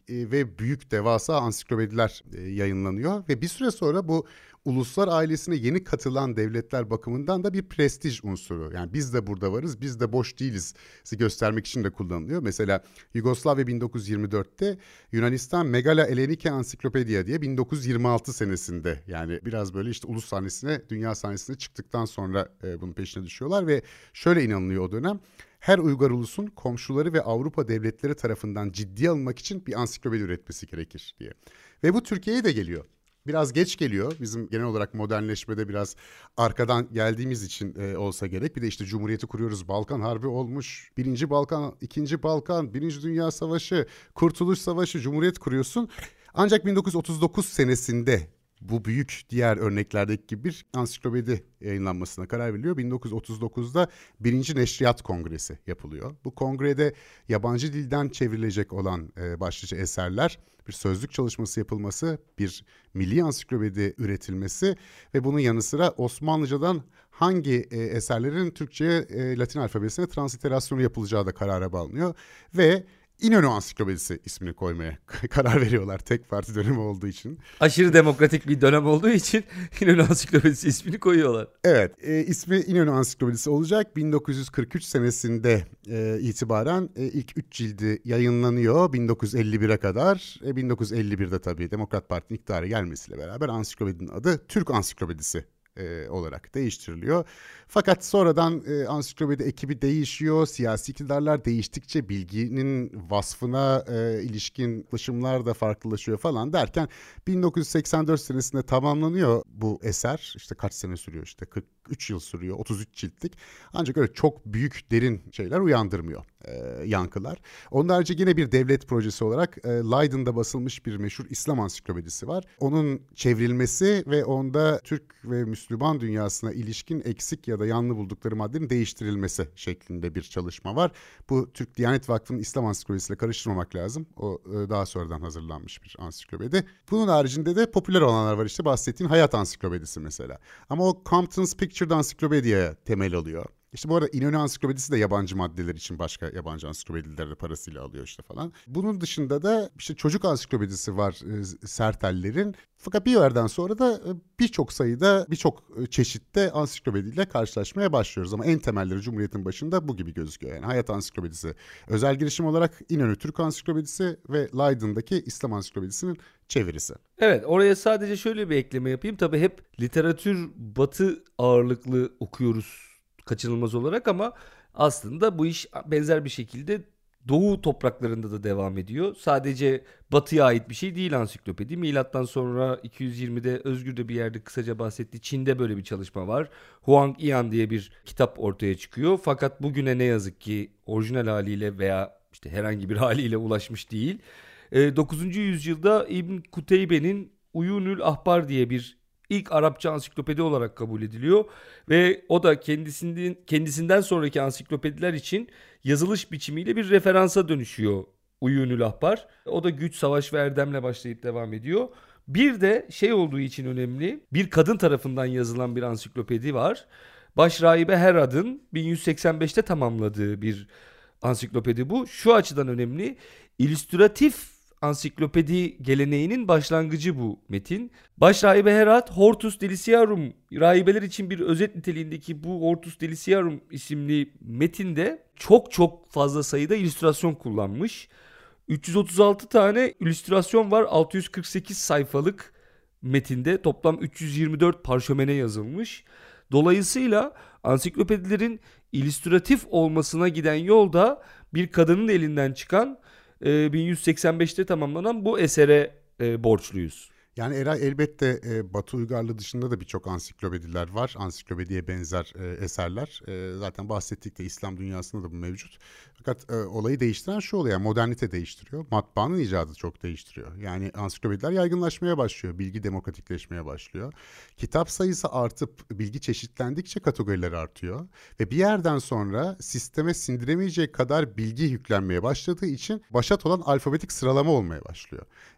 e, ve büyük devasa ansiklopediler e, yayınlanıyor. Ve bir süre sonra bu uluslar ailesine yeni katılan devletler bakımından da bir prestij unsuru. Yani biz de burada varız, biz de boş değiliz göstermek için de kullanılıyor. Mesela Yugoslavya bin dokuz yüz yirmi dörtte Yunanistan Megala Ellenike Ansiklopedia diye bin dokuz yüz yirmi altı senesinde, yani biraz böyle işte ulus sahnesine, dünya sahnesine çıktıktan sonra e, bunun peşine düşüyorlar ve şöyle inanılıyor o dönem. Her uygar ulusun komşuları ve Avrupa devletleri tarafından ciddiye alınmak için bir ansiklopedi üretmesi gerekir diye. Ve bu Türkiye'ye de geliyor. Biraz geç geliyor. Bizim genel olarak modernleşmede biraz arkadan geldiğimiz için e, olsa gerek. Bir de işte Cumhuriyeti kuruyoruz. Balkan Harbi olmuş. Birinci Balkan, ikinci Balkan, Birinci Dünya Savaşı, Kurtuluş Savaşı, Cumhuriyet kuruyorsun. Ancak bin dokuz yüz otuz dokuz senesinde bu büyük diğer örneklerdeki gibi bir ansiklopedi yayınlanmasına karar veriliyor. bin dokuz yüz otuz dokuzda birinci Neşriyat Kongresi yapılıyor. Bu kongrede yabancı dilden çevrilecek olan e, başlıca eserler, bir sözlük çalışması yapılması, bir milli ansiklopedi üretilmesi ve bunun yanı sıra Osmanlıcadan hangi e, eserlerin Türkçe'ye e, Latin alfabesine transliterasyonu yapılacağı da karara bağlanıyor ve İnönü Ansiklopedisi ismini koymaya karar veriyorlar, tek parti dönemi olduğu için. Aşırı demokratik bir dönem olduğu için İnönü Ansiklopedisi ismini koyuyorlar. Evet, e, ismi İnönü Ansiklopedisi olacak. bin dokuz yüz kırk üç senesinde e, itibaren e, ilk üç cildi yayınlanıyor bin dokuz yüz elli bire kadar. E, bin dokuz yüz elli birde tabii Demokrat Parti'nin iktidara gelmesiyle beraber ansiklopedinin adı Türk Ansiklopedisi E, olarak değiştiriliyor. Fakat sonradan e, ansiklopedi ekibi değişiyor. Siyasi iktidarlar değiştikçe bilginin vasfına e, ilişkin yaklaşımlar da farklılaşıyor falan derken bin dokuz yüz seksen dört senesinde tamamlanıyor bu eser. İşte kaç sene sürüyor, işte kırk üç yıl sürüyor, otuz üç ciltlik. Ancak öyle çok büyük derin şeyler uyandırmıyor e, yankılar. Onun harici yine bir devlet projesi olarak e, Leiden'da basılmış bir meşhur İslam ansiklopedisi var. Onun çevrilmesi ve onda Türk ve Müslüman dünyasına ilişkin eksik ya da yanlı buldukları maddenin değiştirilmesi şeklinde bir çalışma var. Bu Türk Diyanet Vakfı'nın İslam ansiklopedisiyle karıştırmamak lazım. O e, daha sonradan hazırlanmış bir ansiklopedi. Bunun haricinde de popüler olanlar var, işte bahsettiğin Hayat Ansiklopedisi mesela. Ama o Compton's Pictured Encyclopedia'ya temel alıyor. İşte bu arada İnönü Ansiklopedisi de yabancı maddeler için başka yabancı ansiklopedileri de parasıyla alıyor işte falan. Bunun dışında da işte çocuk ansiklopedisi var e, Serteller'in. Fakat bir yerden sonra da e, birçok sayıda, birçok çeşitte ansiklopediyle karşılaşmaya başlıyoruz. Ama en temelleri Cumhuriyet'in başında bu gibi gözüküyor. Yani Hayat Ansiklopedisi özel girişim olarak İnönü Türk Ansiklopedisi ve Leiden'daki İslam Ansiklopedisi'nin çevirisi. Evet, oraya sadece şöyle bir ekleme yapayım. Tabii hep literatür batı ağırlıklı okuyoruz kaçınılmaz olarak ama aslında bu iş benzer bir şekilde Doğu topraklarında da devam ediyor. Sadece Batı'ya ait bir şey değil ansiklopedi. Milattan sonra iki yüz yirmide Özgür de bir yerde kısaca bahsetti. Çin'de böyle bir çalışma var. Huang Yan diye bir kitap ortaya çıkıyor. Fakat bugüne ne yazık ki orijinal haliyle veya işte herhangi bir haliyle ulaşmış değil. dokuzuncu yüzyılda İbn Kuteybe'nin Uyunül Ahbar diye bir ilk Arapça ansiklopedi olarak kabul ediliyor ve o da kendisinden kendisinden sonraki ansiklopediler için yazılış biçimiyle bir referansa dönüşüyor Uyunül Ahbar. O da güç, savaş ve erdemle başlayıp devam ediyor. Bir de şey olduğu için önemli, bir kadın tarafından yazılan bir ansiklopedi var. Başrahibe Herad'ın bin yüz seksen beşte tamamladığı bir ansiklopedi bu. Şu açıdan önemli, illüstratif ansiklopedi geleneğinin başlangıcı bu metin. Başrahibe Herad, Hortus Deliciarum, rahibeler için bir özet niteliğindeki bu Hortus Deliciarum isimli metinde çok çok fazla sayıda illüstrasyon kullanmış. üç yüz otuz altı tane illüstrasyon var, altı yüz kırk sekiz sayfalık metinde toplam üç yüz yirmi dört parşömene yazılmış. Dolayısıyla ansiklopedilerin illüstratif olmasına giden yolda bir kadının elinden çıkan bin yüz seksen beşte tamamlanan bu esere e, borçluyuz. Yani Eray, elbette e, Batı uygarlığı dışında da birçok ansiklopediler var. Ansiklopediye benzer e, eserler. E, zaten bahsettik de İslam dünyasında da bu mevcut. Fakat e, olayı değiştiren şu oluyor. Yani modernite değiştiriyor. Matbaanın icadı çok değiştiriyor. Yani ansiklopediler yaygınlaşmaya başlıyor. Bilgi demokratikleşmeye başlıyor. Kitap sayısı artıp bilgi çeşitlendikçe kategoriler artıyor. Ve bir yerden sonra sisteme sindiremeyecek kadar bilgi yüklenmeye başladığı için başat olan alfabetik sıralama olmaya başlıyor.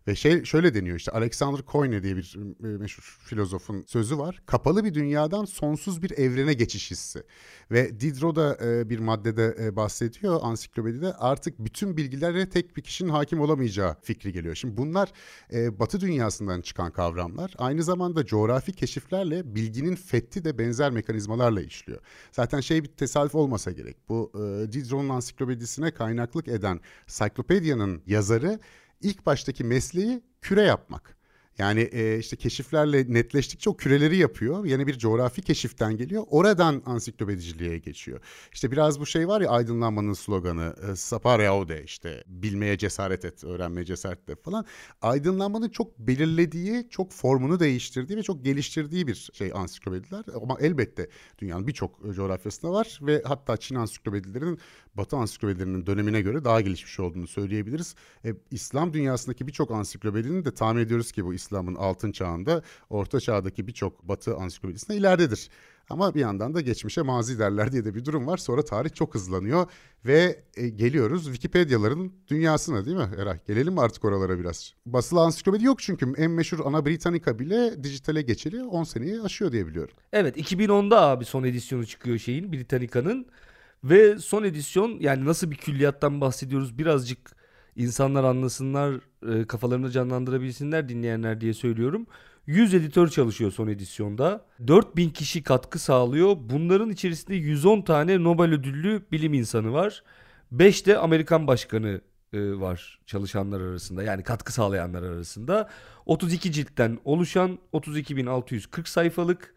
Ve şey şöyle deniyor, işte Alexander Koyne diye bir e, meşhur filozofun sözü var. Kapalı bir dünyadan sonsuz bir evrene geçiş hissi. Ve Diderot da e, bir maddede e, bahsediyor ansiklopedide, artık bütün bilgilere tek bir kişinin hakim olamayacağı fikri geliyor. Şimdi bunlar e, Batı dünyasından çıkan kavramlar. Aynı zamanda coğrafi keşiflerle bilginin fethi de benzer mekanizmalarla işliyor. Zaten şey bir tesadüf olmasa gerek. Bu e, Diderot'un ansiklopedisine kaynaklık eden Cyclopedia'nın yazarı ilk baştaki mesleği küre yapmak. Yani e, işte keşiflerle netleştikçe o küreleri yapıyor. Yeni bir coğrafi keşiften geliyor. Oradan ansiklopediciliğe geçiyor. İşte biraz bu şey var ya, aydınlanmanın sloganı. E, Sapere aude, işte bilmeye cesaret et, öğrenmeye cesaret et falan. Aydınlanmanın çok belirlediği, çok formunu değiştirdiği ve çok geliştirdiği bir şey ansiklopediler. Ama elbette dünyanın birçok coğrafyasında var ve hatta Çin ansiklopedilerinin Batı ansiklopedilerinin dönemine göre daha gelişmiş olduğunu söyleyebiliriz. E, İslam dünyasındaki birçok ansiklopedinin de tahmin ediyoruz ki bu İslam'ın altın çağında Orta Çağ'daki birçok Batı ansiklopedisinde ileridedir. Ama bir yandan da geçmişe mazi derler diye de bir durum var. Sonra tarih çok hızlanıyor ve e, geliyoruz Wikipedia'ların dünyasına, değil mi Eray? Gelelim mi artık oralara biraz? Basılı ansiklopedi yok çünkü en meşhur Ana Britannica bile dijitale geçeli on seneyi aşıyor diye biliyorum. Evet, iki bin onda abi son edisyonu çıkıyor şeyin, Britannica'nın. Ve son edisyon, yani nasıl bir külliyattan bahsediyoruz birazcık insanlar anlasınlar, e, kafalarını canlandırabilsinler dinleyenler diye söylüyorum. yüz editör çalışıyor son edisyonda. dört bin kişi katkı sağlıyor. Bunların içerisinde yüz on tane Nobel ödüllü bilim insanı var. beş de Amerikan başkanı e, var çalışanlar arasında, yani katkı sağlayanlar arasında. otuz iki ciltten oluşan otuz iki bin altı yüz kırk sayfalık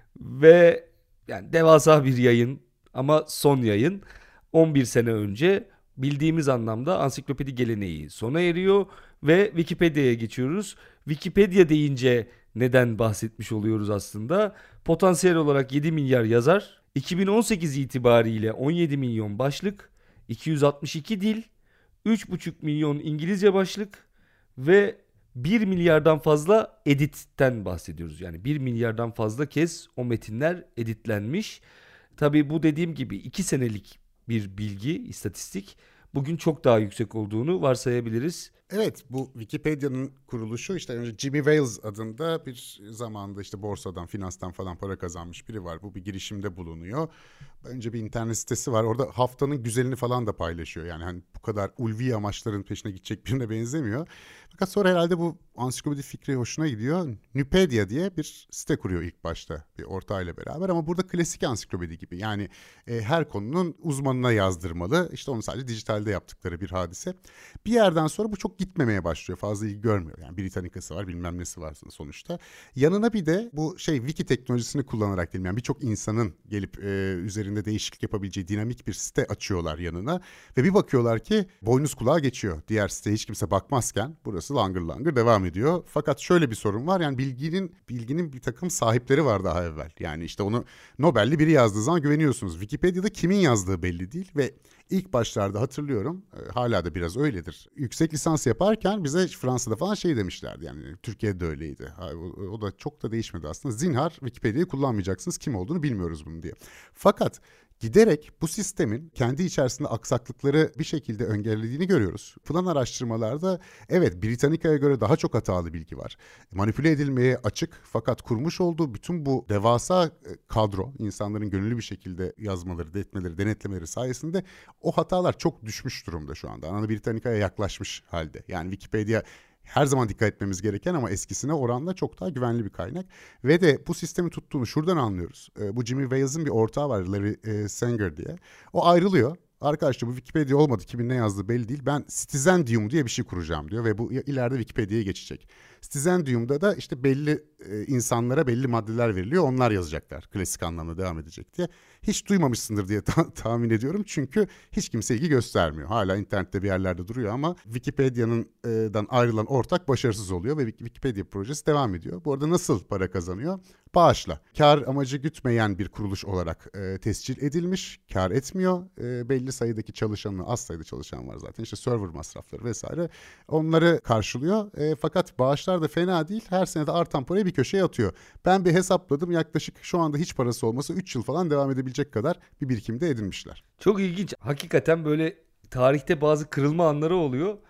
ve yani devasa bir yayın. Ama son yayın. on bir sene önce bildiğimiz anlamda ansiklopedi geleneği sona eriyor ve Wikipedia'ya geçiyoruz. Wikipedia deyince neden bahsetmiş oluyoruz aslında? Potansiyel olarak yedi milyar yazar, iki bin on sekiz itibariyle on yedi milyon başlık, iki yüz altmış iki dil, üç buçuk milyon İngilizce başlık ve bir milyardan fazla editten bahsediyoruz. Yani bir milyardan fazla kez o metinler editlenmiş. Tabii bu dediğim gibi iki senelik bir bilgi, istatistik. Bugün çok daha yüksek olduğunu varsayabiliriz. Evet, bu Wikipedia'nın kuruluşu işte önce Jimmy Wales adında bir zamanda işte borsadan, finanstan falan para kazanmış biri var. Bu bir girişimde bulunuyor. Önce bir internet sitesi var. Orada haftanın güzelini falan da paylaşıyor. Yani hani bu kadar ulvi amaçların peşine gidecek birine benzemiyor. Fakat sonra herhalde bu ansiklopedi fikri hoşuna gidiyor. Nupedia diye bir site kuruyor ilk başta bir ortağıyla beraber, ama burada klasik ansiklopedi gibi. Yani e, her konunun uzmanına yazdırmalı. İşte onu sadece dijitalde yaptıkları bir hadise. Bir yerden sonra bu çok gitmemeye başlıyor. Fazla ilgi görmüyor. Yani Britannica'sı var, bilmem nesi var sonuçta. Yanına bir de bu şey wiki teknolojisini kullanarak diyelim, yani birçok insanın gelip e, üzerinde değişiklik yapabileceği dinamik bir site açıyorlar yanına. Ve bir bakıyorlar ki boynuz kulağa geçiyor. Diğer siteye hiç kimse bakmazken burası langır langır devam ediyor. Fakat şöyle bir sorun var. Yani bilginin bilginin bir takım sahipleri var daha evvel. Yani işte onu Nobel'li biri yazdığı zaman güveniyorsunuz. Wikipedia'da kimin yazdığı belli değil ve ilk başlarda hatırlıyorum, e, hala da biraz öyledir. Yüksek lisans yaparken bize Fransa'da falan şey demişlerdi, yani Türkiye'de de öyleydi. O, o da çok da değişmedi aslında. Zinhar Wikipedia'yı kullanmayacaksınız, kim olduğunu bilmiyoruz bunu diye. Fakat giderek bu sistemin kendi içerisinde aksaklıkları bir şekilde engellediğini görüyoruz. Plan araştırmalarda evet Britannica'ya göre daha çok hatalı bilgi var. Manipüle edilmeye açık, fakat kurmuş olduğu bütün bu devasa kadro, insanların gönüllü bir şekilde yazmaları, etmeleri, denetlemeleri sayesinde o hatalar çok düşmüş durumda şu anda. Ana Britannica'ya yaklaşmış halde. Yani Wikipedia her zaman dikkat etmemiz gereken ama eskisine oranla çok daha güvenli bir kaynak. Ve de bu sistemin tuttuğunu şuradan anlıyoruz. E, bu Jimmy Wales'ın bir ortağı var, Larry e, Sanger diye. O ayrılıyor. Arkadaşlar bu Wikipedia olmadı, kimin ne yazdığı belli değil. Ben Citizendium diye bir şey kuracağım diyor ve bu ileride Wikipedia'ya geçecek. Citizendium'da da işte belli e, insanlara belli maddeler veriliyor. Onlar yazacaklar. Klasik anlamda devam edecek diye. Hiç duymamışsındır diye ta- tahmin ediyorum. Çünkü hiç kimse ilgi göstermiyor. Hala internette bir yerlerde duruyor ama Wikipedia'dan ayrılan ortak başarısız oluyor ve Wikipedia projesi devam ediyor. Bu arada nasıl para kazanıyor? Bağışla. Kar amacı gütmeyen bir kuruluş olarak e, tescil edilmiş. Kar etmiyor. E, belli sayıdaki çalışanı, az sayıda çalışan var zaten. İşte server masrafları vesaire. Onları karşılıyor. E, fakat bağışlar da fena değil. Her sene de artan parayı bir köşeye atıyor. Ben bir hesapladım. Yaklaşık şu anda hiç parası olmasa üç yıl falan devam edebilecek kadar bir birikimde edinmişler. Çok ilginç. Hakikaten böyle tarihte bazı kırılma anları oluyor.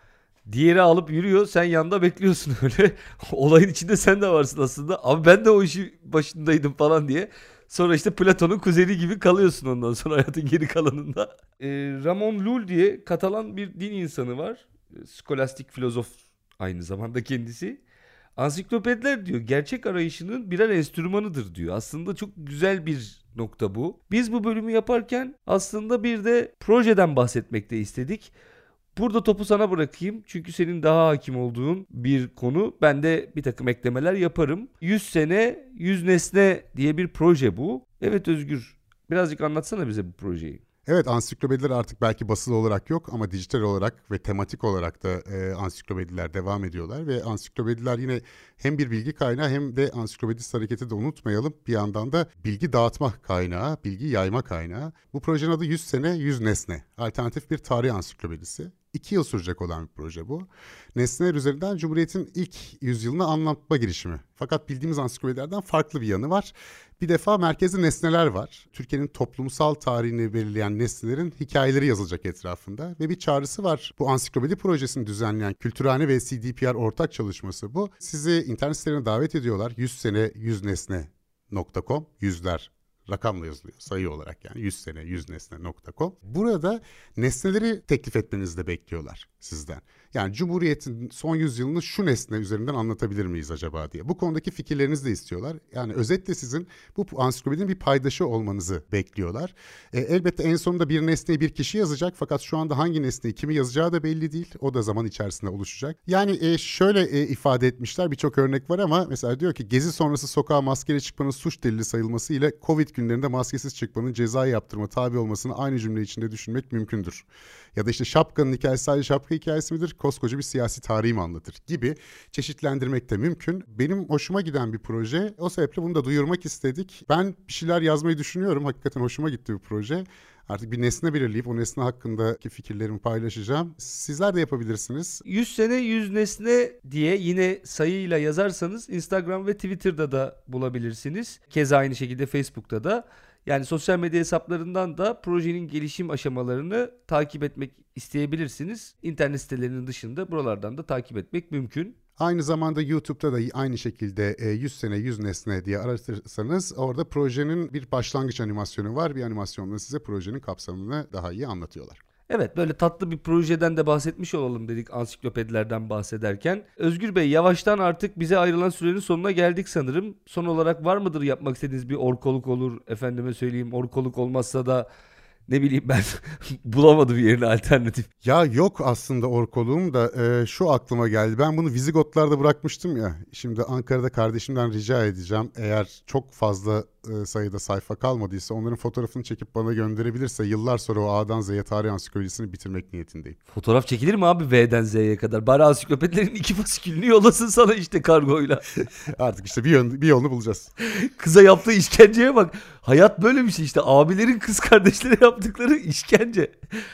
Diğeri alıp yürüyor, sen yanında bekliyorsun öyle. Olayın içinde sen de varsın aslında. Abi ben de o işi başındaydım falan diye. Sonra işte Platon'un kuzeni gibi kalıyorsun ondan sonra hayatın geri kalanında. Ee, Ramon Llull diye Katalan bir din insanı var. Ee, Skolastik filozof aynı zamanda kendisi. Ansiklopediler diyor gerçek arayışının birer enstrümanıdır diyor. Aslında çok güzel bir nokta bu. Biz bu bölümü yaparken aslında bir de projeden bahsetmek de istedik. Burada topu sana bırakayım. Çünkü senin daha hakim olduğun bir konu. Ben de bir takım eklemeler yaparım. yüz sene, yüz nesne diye bir proje bu. Evet Özgür, birazcık anlatsana bize bu projeyi. Evet, ansiklopediler artık belki basılı olarak yok ama dijital olarak ve tematik olarak da e, ansiklopediler devam ediyorlar. Ve ansiklopediler yine hem bir bilgi kaynağı hem de ansiklopedist hareketi de unutmayalım. Bir yandan da bilgi dağıtma kaynağı, bilgi yayma kaynağı. Bu projenin adı yüz sene, yüz nesne. Alternatif bir tarih ansiklopedisi. İki yıl sürecek olan bir proje bu. Nesneler üzerinden Cumhuriyet'in ilk yüzyılını anlatma girişimi. Fakat bildiğimiz ansiklopedilerden farklı bir yanı var. Bir defa merkezde nesneler var. Türkiye'nin toplumsal tarihini belirleyen nesnelerin hikayeleri yazılacak etrafında. Ve bir çağrısı var. Bu ansiklopedi projesini düzenleyen Kültürhane ve C D P R ortak çalışması bu. Sizi internet sitelerine davet ediyorlar. yüz sene yüz nesne nokta com, yüzler rakamla yazılıyor sayı olarak, yani yüz sene yüz nesne nokta com. Burada nesneleri teklif etmenizi de bekliyorlar sizden. Yani Cumhuriyet'in son yüzyılını şu nesne üzerinden anlatabilir miyiz acaba diye. Bu konudaki fikirlerinizi de istiyorlar. Yani özetle sizin bu ansiklopedinin bir paydaşı olmanızı bekliyorlar. E, elbette en sonunda bir nesneyi bir kişi yazacak fakat şu anda hangi nesneyi kimi yazacağı da belli değil. O da zaman içerisinde oluşacak. Yani e, şöyle e, ifade etmişler, birçok örnek var ama mesela diyor ki gezi sonrası sokağa maskeyle çıkmanın suç delili sayılması ile Covid günlerinde maskesiz çıkmanın ceza yaptırma tabi olmasını aynı cümle içinde düşünmek mümkündür. Ya da işte şapkanın hikayesi sadece şapka hikayesi midir? Koskoca bir siyasi tarihi mi anlatır gibi çeşitlendirmek de mümkün. Benim hoşuma giden bir proje. O sebeple bunu da duyurmak istedik. Ben bir şeyler yazmayı düşünüyorum. Hakikaten hoşuma gitti bu proje. Artık bir nesne belirleyip o nesne hakkındaki fikirlerimi paylaşacağım. Sizler de yapabilirsiniz. yüz sene yüz nesne diye yine sayıyla yazarsanız Instagram ve Twitter'da da bulabilirsiniz. Keza aynı şekilde Facebook'ta da. Yani sosyal medya hesaplarından da projenin gelişim aşamalarını takip etmek isteyebilirsiniz. İnternet sitelerinin dışında buralardan da takip etmek mümkün. Aynı zamanda YouTube'da da aynı şekilde yüz sene yüz nesne diye aratırsanız orada projenin bir başlangıç animasyonu var. Bir animasyonla size projenin kapsamını daha iyi anlatıyorlar. Evet, böyle tatlı bir projeden de bahsetmiş olalım dedik ansiklopedilerden bahsederken. Özgür Bey, yavaştan artık bize ayrılan sürenin sonuna geldik sanırım. Son olarak var mıdır yapmak istediğiniz bir orkoluk olur? Efendime söyleyeyim, orkoluk olmazsa da ne bileyim ben bulamadım yerine alternatif. Ya yok aslında orkoluğum da e, şu aklıma geldi. Ben bunu Vizigotlar'da bırakmıştım ya. Şimdi Ankara'da kardeşimden rica edeceğim. Eğer çok fazla e, sayıda sayfa kalmadıysa onların fotoğrafını çekip bana gönderebilirse yıllar sonra o A'dan Z'ye tarih ansiklopedisini bitirmek niyetindeyim. Fotoğraf çekilir mi abi V'den Z'ye kadar? Bari ansiklopedilerin iki fasikülünü yollasın sana işte kargoyla. Artık işte bir, yön, bir yolunu bulacağız. Kıza yaptığı işkenceye bak. Hayat böyle bir şey işte. Abilerin kız kardeşlere yaptıkları işkence.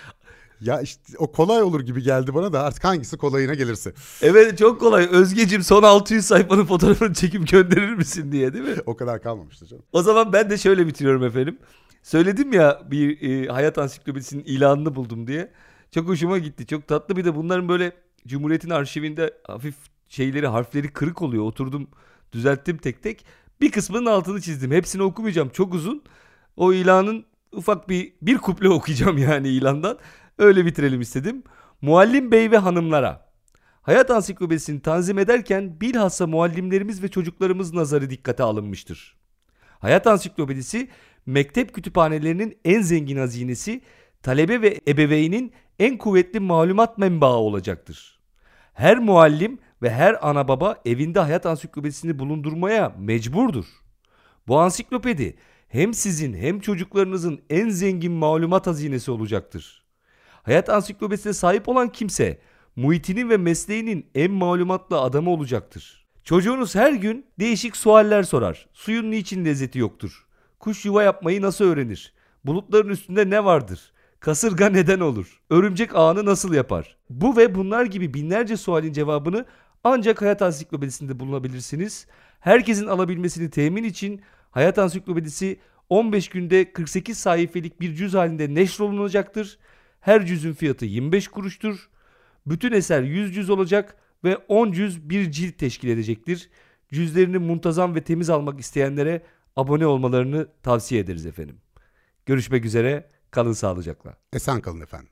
Ya işte o kolay olur gibi geldi bana da artık hangisi kolayına gelirse. Evet, çok kolay. Özgeciğim, son altı yüz sayfanın fotoğrafını çekip gönderir misin diye, değil mi? O kadar kalmamıştı canım. O zaman ben de şöyle bitiriyorum efendim. Söyledim ya bir e, hayat ansiklopedisinin ilanını buldum diye. Çok hoşuma gitti. Çok tatlı. Bir de bunların böyle Cumhuriyet'in arşivinde hafif şeyleri, harfleri kırık oluyor. Oturdum, düzelttim tek tek. Bir kısmının altını çizdim. Hepsini okumayacağım. Çok uzun. O ilanın ufak bir bir kuple okuyacağım yani ilandan. Öyle bitirelim istedim. Muallim bey ve hanımlara. Hayat ansiklopedisini tanzim ederken bilhassa muallimlerimiz ve çocuklarımız nazarı dikkate alınmıştır. Hayat ansiklopedisi mektep kütüphanelerinin en zengin hazinesi, talebe ve ebeveynin en kuvvetli malumat menbaı olacaktır. Her muallim ve her ana baba evinde hayat ansiklopedisini bulundurmaya mecburdur. Bu ansiklopedi hem sizin hem çocuklarınızın en zengin malumat hazinesi olacaktır. Hayat ansiklopedisine sahip olan kimse muhitinin ve mesleğinin en malumatlı adamı olacaktır. Çocuğunuz her gün değişik sualler sorar. Suyun niçin lezzeti yoktur? Kuş yuva yapmayı nasıl öğrenir? Bulutların üstünde ne vardır? Kasırga neden olur? Örümcek ağını nasıl yapar? Bu ve bunlar gibi binlerce sualin cevabını ancak Hayat Ansiklopedisi'nde bulunabilirsiniz. Herkesin alabilmesini temin için Hayat Ansiklopedisi on beş günde kırk sekiz sayfelik bir cüz halinde neşrolunacaktır. Her cüzün fiyatı yirmi beş kuruştur. Bütün eser yüz cüz olacak ve on cüz bir cilt teşkil edecektir. Cüzlerini muntazam ve temiz almak isteyenlere abone olmalarını tavsiye ederiz efendim. Görüşmek üzere, kalın sağlıcakla. Esen kalın efendim.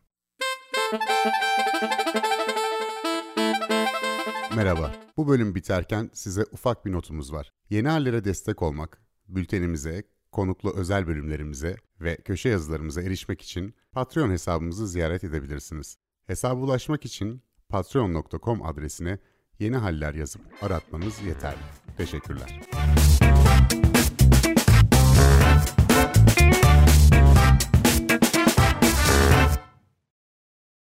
Merhaba. Bu bölüm biterken size ufak bir notumuz var. Yeni hallere destek olmak, bültenimize, konuklu özel bölümlerimize ve köşe yazılarımıza erişmek için Patreon hesabımızı ziyaret edebilirsiniz. Hesaba ulaşmak için patreon nokta com adresine Yeni Haller yazıp aratmanız yeterli. Teşekkürler.